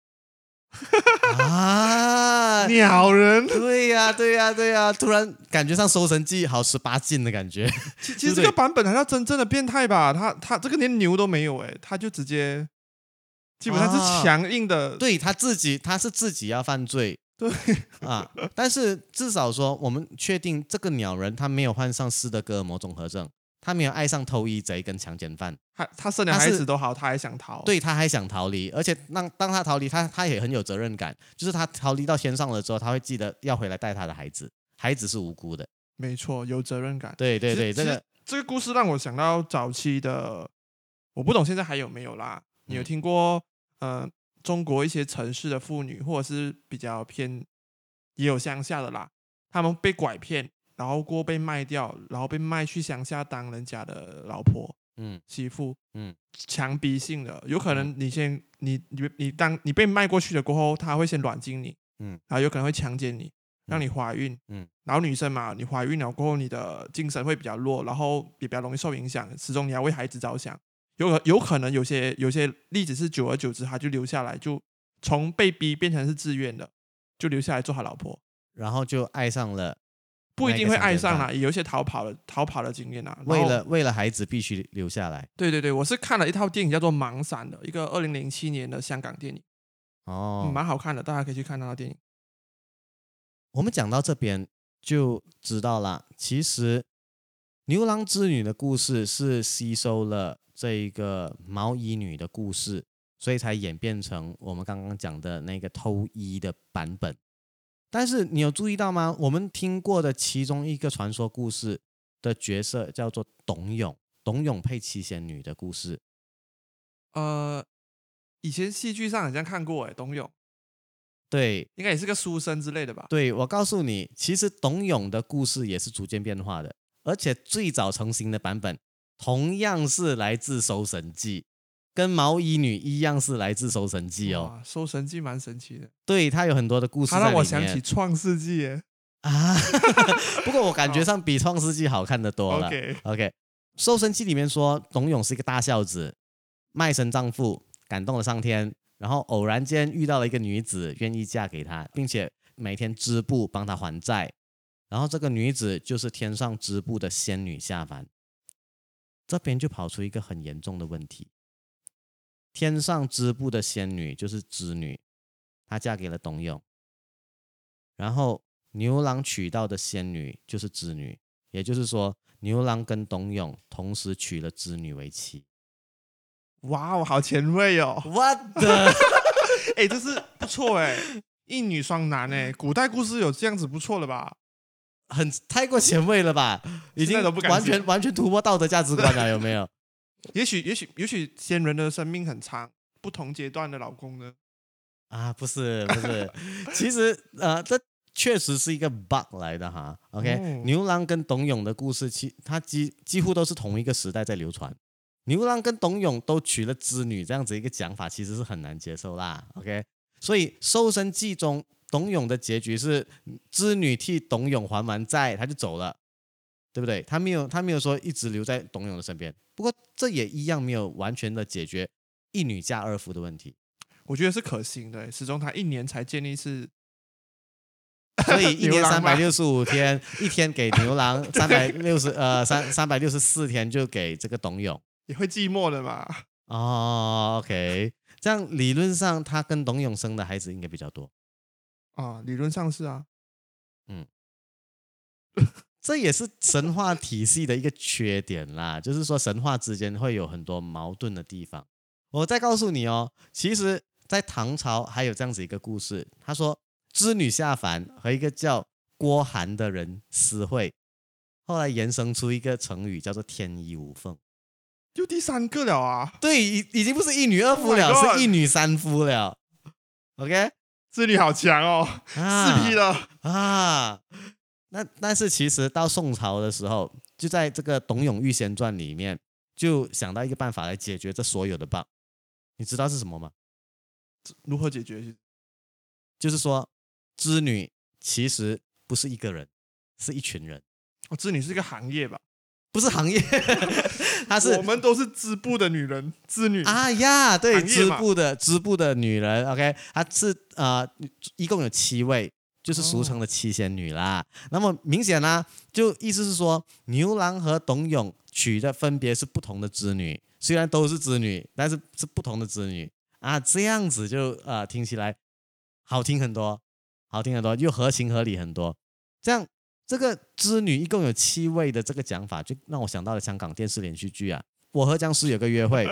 啊， 鸟人， 对呀、啊，对呀、啊，对呀、啊，突然感觉上《搜神记》好十八禁的感觉。 其其实这个版本还要真正的变态吧？他他这个连牛都没有哎，他就直接基本上是强硬的， 啊、对他自己他是自己要犯罪， 对啊，但是至少说我们确定这个鸟人他没有患上斯德哥尔摩综合症，他没有爱上偷衣贼跟强奸犯， 他他生了孩子都好，他还想逃， 对，他还想逃离，而且当当他逃离，他他也很有责任感，就是他逃离到天上了之后，他会记得要回来带他的孩子，孩子是无辜的， 没错，有责任感。 对对对，这个这个故事让我想到早期的，我不懂现在还有没有啦？你有听过、嗯、呃中国一些城市的妇女，或者是比较偏也有乡下的啦，他们被拐骗，然后过后被卖掉，然后被卖去乡下当人家的老婆、 嗯媳妇， 嗯强逼性的，有可能你先你你你当你被卖过去了过后，他会先软禁你， 嗯， 然后有可能会强奸你，让你怀孕， 嗯， 然后女生嘛，你怀孕了过后，你的精神会比较弱，然后也比较容易受影响，始终你要为孩子着想，有可有可能有些有些例子是久而久之，他就留下来，就从被逼变成是自愿的，就留下来做他老婆， 然后就爱上了， 不一定会爱上啦，也有一些逃跑的逃跑的经验啦。 为了为了孩子必须留下来。 对对对，我是看了一套电影叫做《盲闪》的，一个二零零七年的香港电影， 哦， 嗯蛮好看的，大家可以去看那套电影。 我们讲到这边就知道了，其实牛郎织女的故事是吸收了这一个毛衣女的故事，所以才演变成我们刚刚讲的那个偷衣的版本。但是你有注意到吗？我们听过的其中一个传说故事的角色叫做董永，董永配七仙女的故事。 呃，以前戏剧上好像看过，哎，董永， 对， 应该也是个书生之类的吧？ 对，我告诉你，其实董永的故事也是逐渐变化的，而且最早成型的版本同样是来自《搜神记》，跟毛衣女一样是来自《搜神记》哦。 哇，《搜神记》蛮神奇的， 对，它有很多的故事在它里面。 让我想起《创世纪》耶。 啊，不过我感觉上比《创世纪》好看得多了。 OK OK，《搜神记》里面说，董永是一个大孝子，卖身葬父，感动了上天，然后偶然间遇到了一个女子，愿意嫁给他，并且每天织布帮他还债。然后这个女子就是天上织布的仙女下凡。这边就跑出一个很严重的问题：天上织布的仙女就是织女，她嫁给了董永，然后牛郎娶到的仙女就是织女，也就是说，牛郎跟董永同时娶了织女为妻。 哇，我好前卫哦！ What the？ 哎，这是不错哎，一女双男哎，古代故事有这样子不错了吧？ 很太过前卫了吧？已经完全完全突破道德价值观了，有没有？ 也许也许也许仙人的生命很长，不同阶段的老公呢？ 啊，不是不是，其实呃，这确实是一个 bug 来的哈。OK，、哦、牛郎跟董永的故事，其它几几乎都是同一个时代在流传。牛郎跟董永都娶了织女，这样子一个讲法其实是很难接受啦。OK， 所以《搜神记》中董永的结局是织女替董永还完债，他就走了，对不对？他没有他没有说一直留在董永的身边。不过这也一样没有完全的解决一女嫁二夫的问题。 我觉得是可行的，始终他一年才建立一次， 所以一年三百六十五天，一天给牛郎，三百六十呃三三百六十四天就给这个董永， 也会寂寞的嘛。 哦 ，OK， 这样理论上他跟董永生的孩子应该比较多啊，理论上是啊。 嗯，这也是神话体系的一个缺点啦，就是说神话之间会有很多矛盾的地方。我再告诉你哦，其实在唐朝还有这样子一个故事，他说织女下凡和一个叫郭涵的人私会，后来衍生出一个成语叫做天衣无缝。 就第三个了啊！ 对，已已经不是一女二夫了， Oh 是一女三夫了。OK， 织女好强哦， 啊四 P 了啊！那但是其实到宋朝的时候，就在这个《董永遇仙传》里面，就想到一个办法来解决这所有的 bug。你知道是什么吗？ 如何解决？ 就是说，织女其实不是一个人，是一群人。 哦，织女是一个行业吧？ 不是行业，她是我们都是织布的女人，织女啊呀，对，织行业嘛布的织布的女人，OK， 她是呃，一共有七位，就是俗称的七仙女啦。那么明显呢、就意思是说，牛郎和董永娶的分别是不同的织女，虽然都是织女，但是是不同的织女啊，这样子就呃听起来好听很多，好听很多，又合情合理很多，这样。这个织女一共有七位的这个讲法，就让我想到了香港电视连续剧啊，《我和僵尸有个约会》。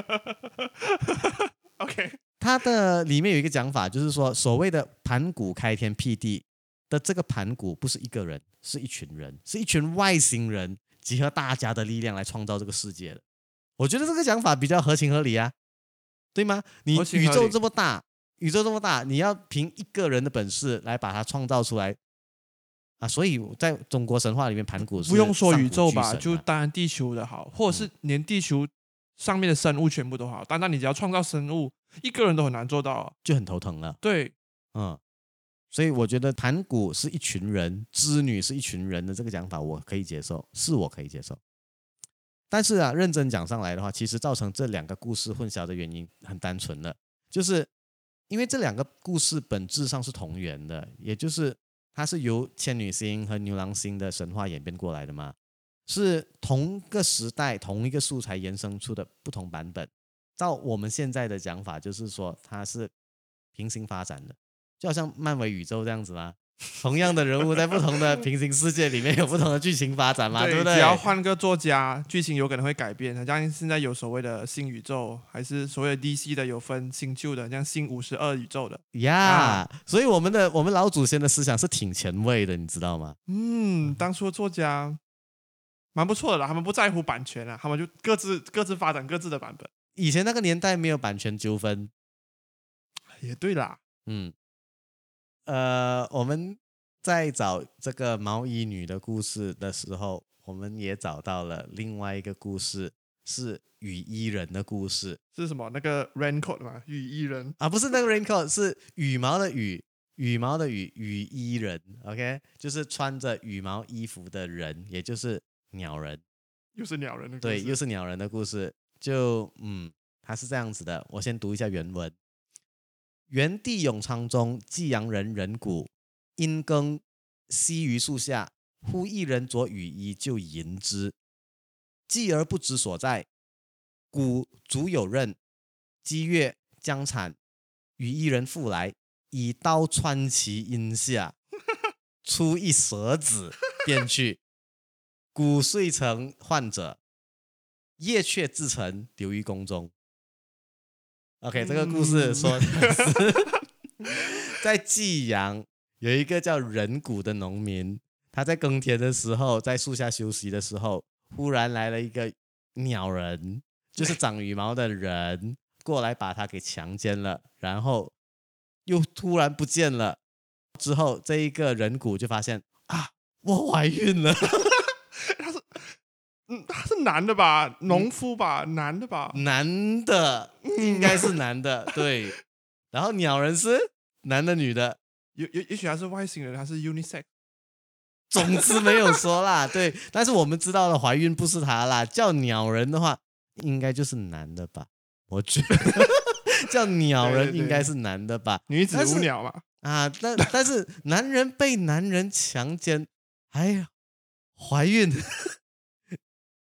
OK， 它的里面有一个讲法，就是说所谓的盘古开天辟地的这个盘古不是一个人，是一群人，是一群外星人集合大家的力量来创造这个世界的。我觉得这个讲法比较合情合理啊，对吗？你宇宙这么大，宇宙这么大，你要凭一个人的本事来把它创造出来。啊，所以在中国神话里面，盘古是不用说宇宙吧， 啊、 就当然地球的好，或者是连地球上面的生物全部都好，单单你只要创造生物，一个人都很难做到、啊， 就很头疼了。 对， 嗯，所以我觉得盘古是一群人，织女是一群人的这个讲法，我可以接受，是我可以接受。但是啊，认真讲上来的话，其实造成这两个故事混淆的原因很单纯了，就是因为这两个故事本质上是同源的，也就是它是由千女星和牛郎星的神话演变过来的嘛，是同个时代同一个素材延伸出的不同版本。照我们现在的讲法，就是说它是平行发展的，就好像漫威宇宙这样子嘛。同样的人物在不同的平行世界里面有不同的剧情发展嘛， 对, 对不对？ 只要换个作家，剧情有可能会改变。像现在有所谓的新宇宙，还是所谓的 D C 的有分新旧的，像新五十二宇宙的呀、yeah, 啊。所以我们的我们老祖先的思想是挺前卫的，你知道吗？ 嗯，当初作家蛮不错的啦，他们不在乎版权啊，他们就各自各自发展各自的版本。 以前那个年代没有版权纠纷， 也对啦。 嗯。呃，我们在找这个毛衣女的故事的时候，我们也找到了另外一个故事，是雨衣人的故事。 是什么？那个 raincoat 嘛，雨衣人啊，不是那个 raincoat， 是羽毛的羽，羽毛的羽，雨衣人。OK， 就是穿着羽毛衣服的人，也就是鸟人。 又是鸟人的故事。 对，又是鸟人的故事。就嗯，它是这样子的，我先读一下原文。元帝永昌中，济阳人人谷因耕西榆树下，忽一人着雨衣就迎之，继而不知所在。谷足有刃，积月将产，雨衣人复来，以刀穿其阴下，出一蛇子便去。谷遂成患者，夜却自成，留于宫中。OK， 这个故事说的是、嗯、在济阳有一个叫人谷的农民，他在耕田的时候，在树下休息的时候，忽然来了一个鸟人，就是长羽毛的人过来把他给强奸了，然后又突然不见了。之后这一个人谷就发现啊，我怀孕了。 他是嗯，他是男的吧？农夫吧？嗯、男的吧？ 男的，应该是男的，对。然后鸟人是男的、女的， 也也也许他是外星人，他是 unisex。 总之没有说啦，对。但是我们知道了，怀孕不是他啦。叫鸟人的话，应该就是男的吧？我觉得叫鸟人应该是男的吧？ 对对对，女子无鸟嘛。 啊，但但是男人被男人强奸，哎呀，怀孕。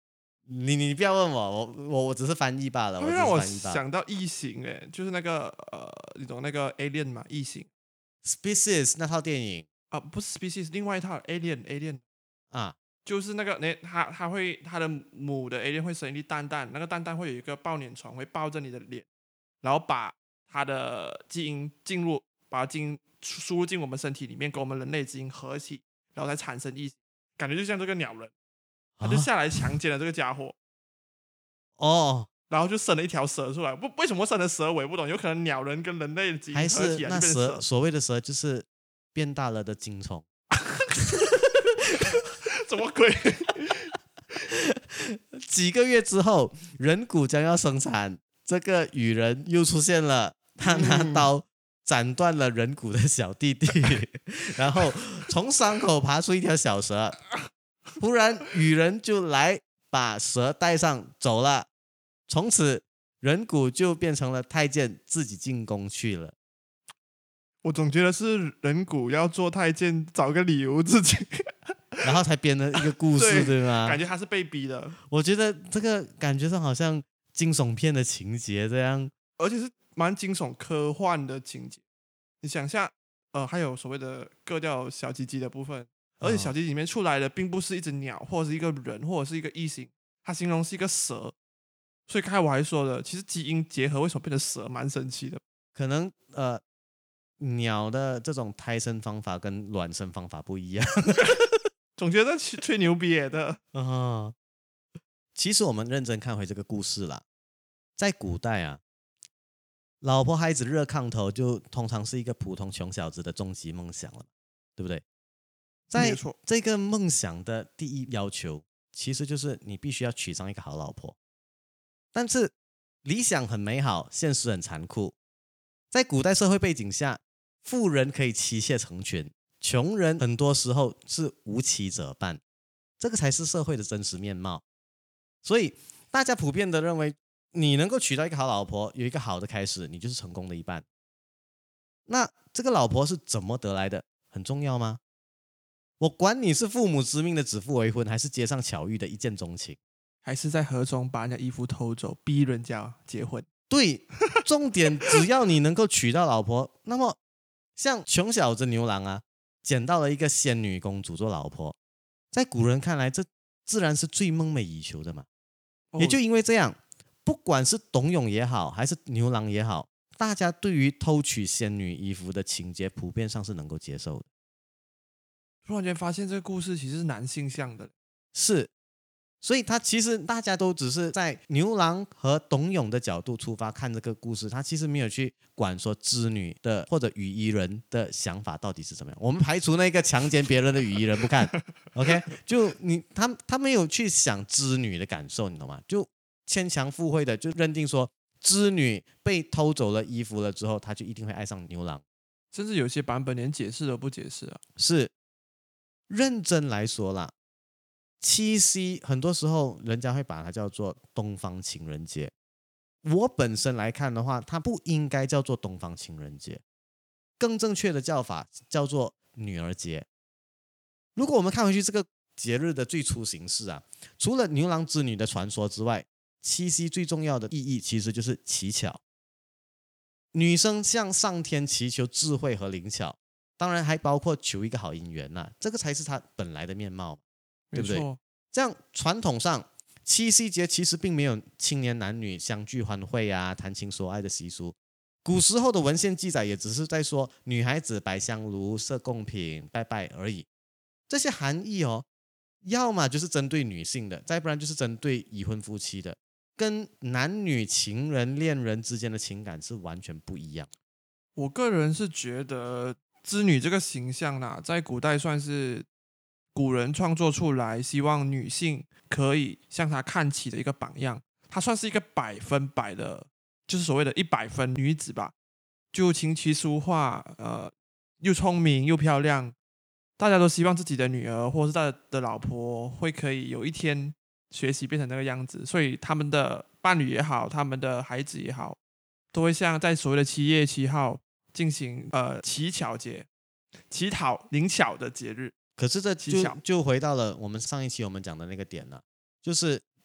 你你不要问我，我我我只是翻译罢了。我会让我只是翻译罢了。 想到异形，哎，就是那个呃，你懂那个 Alien 嘛？异形 Species 那套电影啊，不是 Species，另外一套 Alien Alien。 啊， 就是那个，那它它会它的母的 alien 会生一粒蛋蛋，那个蛋蛋会有一个抱粘床，会抱着你的脸，然后把它的基因进入，把基因输入进我们身体里面，跟我们人类基因合起，然后再产生异形，感觉就像这个鸟人，他就下来强奸了这个家伙， 哦， 然后就生了一条蛇出来。不，为什么生了蛇我也不懂，有可能鸟人跟人类的基因还合起来是那就变成蛇， 蛇所谓的蛇就是变大了的精虫。 什么鬼？ 几个月之后，人骨将要生产，这个羽人又出现了，他拿刀斩断了人骨的小弟弟，然后从伤口爬出一条小蛇，忽然羽人就来把蛇带上走了，从此人骨就变成了太监自己进宫去了。 我总觉得是人骨要做太监，找个理由自己。 然后才编了一个故事， 对对吗？ 感觉他是被逼的， 我觉得这个感觉上好像惊悚片的情节这样。 而且是蛮惊悚科幻的情节。你想下，呃，还有所谓的割掉小鸡鸡的部分，而且小鸡鸡里面出来的并不是一只鸟，或者是一个人，或者是一个异形，它形容是一个蛇。所以刚才我还说了，其实基因结合为什么变成蛇，蛮神奇的。 可能呃，鸟的这种胎生方法跟卵生方法不一样。 总觉得吹吹牛逼的。 哦，其实我们认真看回这个故事啦，在古代啊，老婆孩子热炕头就通常是一个普通穷小子的终极梦想了，对不对？在这个梦想的第一要求，其实就是你必须要娶上一个好老婆。但是理想很美好，现实很残酷。在古代社会背景下，富人可以妻妾成群，穷人很多时候是无妻者伴，这个才是社会的真实面貌。所以大家普遍的认为，你能够娶到一个好老婆，有一个好的开始，你就是成功的一半。那这个老婆是怎么得来的，很重要吗？我管你是父母之命的指腹为婚，还是街上巧遇的一见钟情， 还是在河中把人家衣服偷走，逼人家结婚。 对，重点只要你能够娶到老婆，那么像穷小子牛郎啊，捡到了一个仙女公主做老婆，在古人看来，这自然是最梦寐以求的嘛。也就因为这样，不管是董永也好，还是牛郎也好，大家对于偷取仙女衣服的情节，普遍上是能够接受的。 突然间发现这个故事其实是男性向的， 是，所以他其实大家都只是在牛郎和董永的角度出发看这个故事，他其实没有去管说织女的或者羽衣人的想法到底是怎么样。我们排除那个强奸别人的羽衣人不看，OK？ 就你他他没有去想织女的感受，你懂吗？就牵强附会的就认定说织女被偷走了衣服了之后，他就一定会爱上牛郎， 甚至有些版本连解释都不解释啊。 是。认真来说啦，七夕很多时候人家会把它叫做东方情人节。我本身来看的话，它不应该叫做东方情人节，更正确的叫法叫做女儿节。如果我们看回去这个节日的最初形式啊，除了牛郎织女的传说之外，七夕最重要的意义其实就是乞巧。女生向上天祈求智慧和灵巧，当然还包括求一个好姻缘呐、啊，这个才是它本来的面貌，对不对？这样传统上七夕节其实并没有青年男女相聚欢会啊、谈情说爱的习俗。古时候的文献记载也只是在说女孩子摆香炉、设贡品、拜拜而已。这些含义哦，要么就是针对女性的，再不然就是针对已婚夫妻的，跟男女情人、恋人之间的情感是完全不一样。 我个人是觉得织女这个形象啦、啊，在古代算是古人创作出来，希望女性可以向她看齐的一个榜样。她算是一个百分百的，就是所谓的一百分女子吧，就琴棋书画，呃，又聪明又漂亮。大家都希望自己的女儿或是他的老婆会可以有一天学习变成那个样子，所以他们的伴侣也好，他们的孩子也好，都会像在所谓的七月七号进行呃乞巧节、乞讨灵巧的节日。 可是这就就回到了我们上一期我们讲的那个点了，就是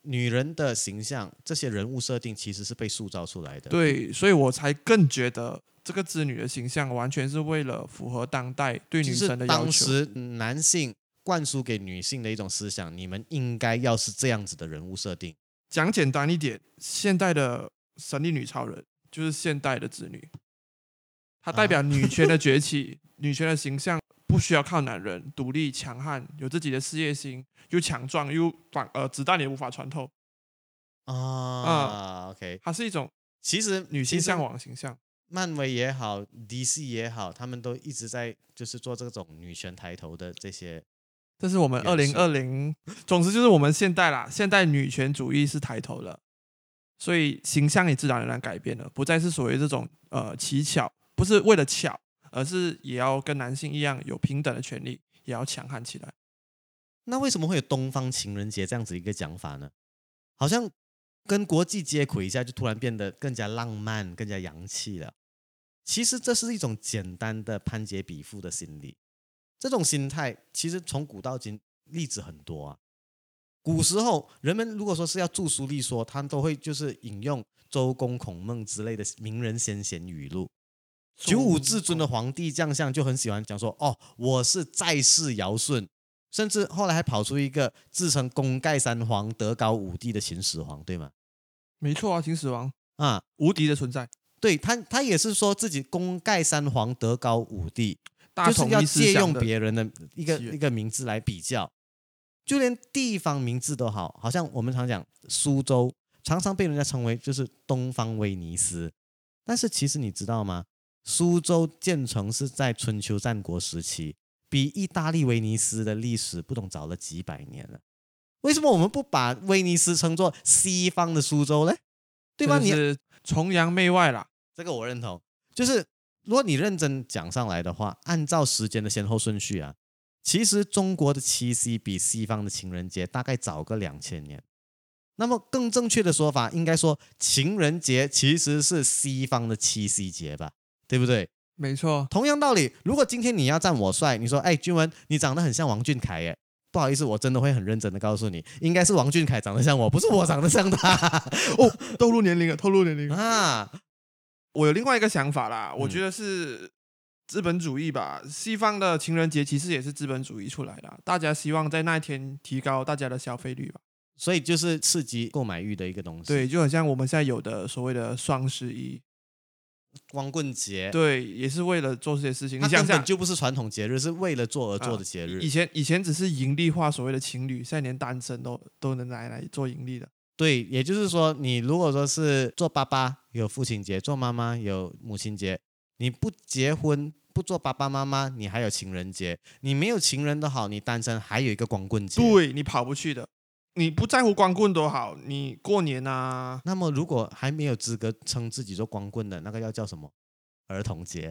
女人的形象，这些人物设定其实是被塑造出来的。 对，所以我才更觉得这个织女的形象完全是为了符合当代对女生的要求。 当时男性灌输给女性的一种思想，你们应该要是这样子的人物设定。 讲简单一点，现代的神力女超人就是现代的织女，它代表女权的崛起，啊、女权的形象不需要靠男人，独立强悍，有自己的事业心，又强壮又呃子弹也无法穿透啊、嗯、，OK， 它是一种其实女性向往的形象。 漫威也好 ，D C 也好，他们都一直在就是做这种女权抬头的这些。 这是我们二零二零，总之就是我们现代啦，现代女权主义是抬头了，所以形象也自然而然改变了，不再是所谓这种呃奇巧，不是为了巧，而是也要跟男性一样有平等的权利，也要强悍起来。 那为什么会有东方情人节这样子一个讲法呢？好像跟国际接轨一下，就突然变得更加浪漫、更加洋气了。其实这是一种简单的攀结比附的心理。这种心态其实从古到今例子很多啊。古时候人们如果说是要著书立说，他们都会就是引用周公、孔孟之类的名人先贤语录。九五至尊的皇帝将相就很喜欢讲说，哦，我是在世尧舜，甚至后来还跑出一个自称功盖三皇、德高五帝的秦始皇，对吗？ 没错啊，秦始皇啊， 无敌的存在。 对，他，他也是说自己功盖三皇、德高五帝。就是要借用别人的一个一个名字来比较，就连地方名字都好，好像我们常讲苏州，常常被人家称为就是东方威尼斯。但是其实你知道吗？苏州建成是在春秋战国时期，比意大利威尼斯的历史不懂早了几百年了。为什么我们不把威尼斯称作西方的苏州呢？对吧？ 你是崇洋媚外啦， 这个我认同，就是。如果你认真讲上来的话，按照时间的先后顺序啊，其实中国的七夕比西方的情人节大概早个两千年。那么更正确的说法，应该说情人节其实是西方的七夕节吧，对不对？ 没错。 同样道理，如果今天你要赞我帅，你说，哎，俊文，你长得很像王俊凯耶。不好意思，我真的会很认真的告诉你，应该是王俊凯长得像我，不是我长得像他。 哦，透露年龄了，透露年龄了啊！ 我有另外一个想法啦，我觉得是资本主义吧。嗯、西方的情人节其实也是资本主义出来的，大家希望在那一天提高大家的消费率吧， 所以就是刺激购买欲的一个东西。 对，就很像我们现在有的所谓的双十一、 光棍节， 对，也是为了做这些事情。 它根本就不是传统节日，是为了做而做的节日。 啊、以前以前只是盈利化所谓的情侣，现在连单身都都能来来做盈利的。 对，也就是说，你如果说是做爸爸有父亲节，做妈妈有母亲节，你不结婚不做爸爸妈妈，你还有情人节，你没有情人都好，你单身还有一个光棍节， 对，你跑不去的。你不在乎光棍都好，你过年啊。 那么如果还没有资格称自己做光棍的，那个要叫什么？儿童节。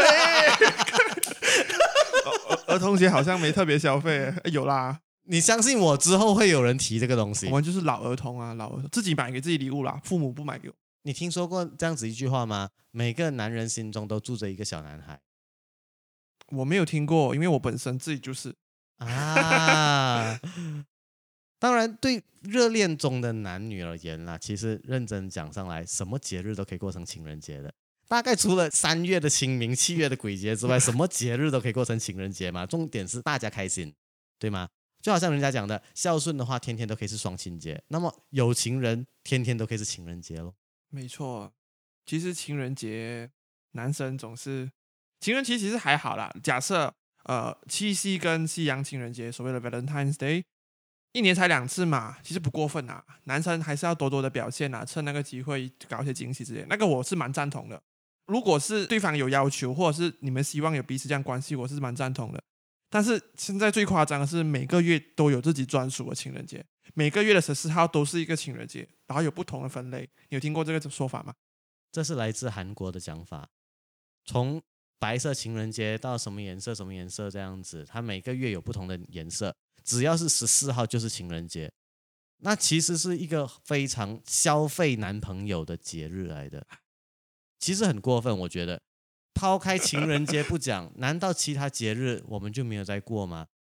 儿童节好像没特别消费，有啦。 你相信我，之后会有人提这个东西。 我们就是老儿童啊，老儿童自己买给自己礼物啦，父母不买给我。 你听说过这样子一句话吗？每个男人心中都住着一个小男孩。 我没有听过，因为我本身自己就是啊。当然，对热恋中的男女而言啦，其实认真讲上来，什么节日都可以过成情人节的。大概除了三月的清明、七月的鬼节之外，什么节日都可以过成情人节嘛。重点是大家开心，对吗？就好像人家讲的，孝顺的话，天天都可以是双亲节。那么有情人，天天都可以是情人节咯。 没错，其实情人节，男生总是情人节其实还好啦。假设呃七夕跟西洋情人节，所谓的 Valentine's Day， 一年才两次嘛，其实不过分啊。男生还是要多多的表现啊，趁那个机会搞一些惊喜之类的，那个我是蛮赞同的。如果是对方有要求，或者是你们希望有彼此这样关系，我是蛮赞同的。但是现在最夸张的是，每个月都有自己专属的情人节，每个月的十四号都是一个情人节，然后有不同的分类。你有听过这个说法吗？ 这是来自韩国的讲法，从白色情人节到什么颜色什么颜色这样子，它每个月有不同的颜色，只要是十四号就是情人节。那其实是一个非常消费男朋友的节日来的，其实很过分，我觉得。抛开情人节不讲，难道其他节日我们就没有在过吗？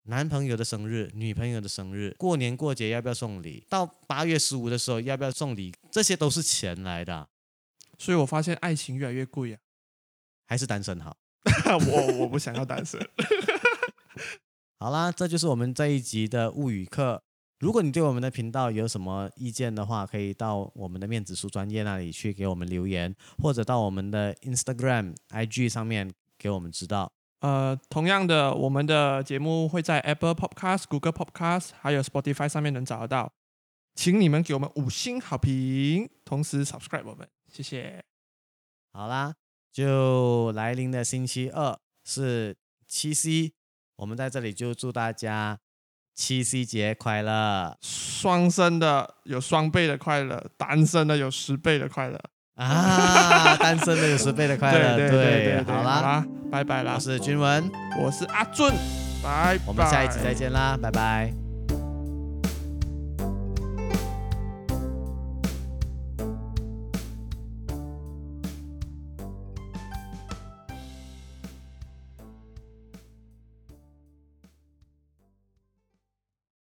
男朋友的生日、女朋友的生日、过年过节要不要送礼，到八月十五的时候要不要送礼，这些都是钱来的。 所以我发现爱情越来越贵啊。 还是单身好。 我我不想要单身。 好啦，这就是我们这一集的物语课。如果你对我们的频道有什么意见的话，可以到我们的面子书专页那里去给我们留言，或者到我们的 Instagram、I G 上面给我们知道。 呃，同样的，我们的节目会在 Apple Podcast、Google Podcast 还有 Spotify 上面能找得到，请你们给我们五星好评，同时 subscribe 我们，谢谢。 好啦，就来临的星期二是七夕，我们在这里就祝大家七夕节快乐， 双生的有双倍的快乐，单身的有十倍的快乐啊！单身的有十倍的快乐， 对对对对对， 好啦， 好啦，拜拜啦！ 我是君文， 我是阿俊，拜拜， 我们下一集再见啦，拜拜。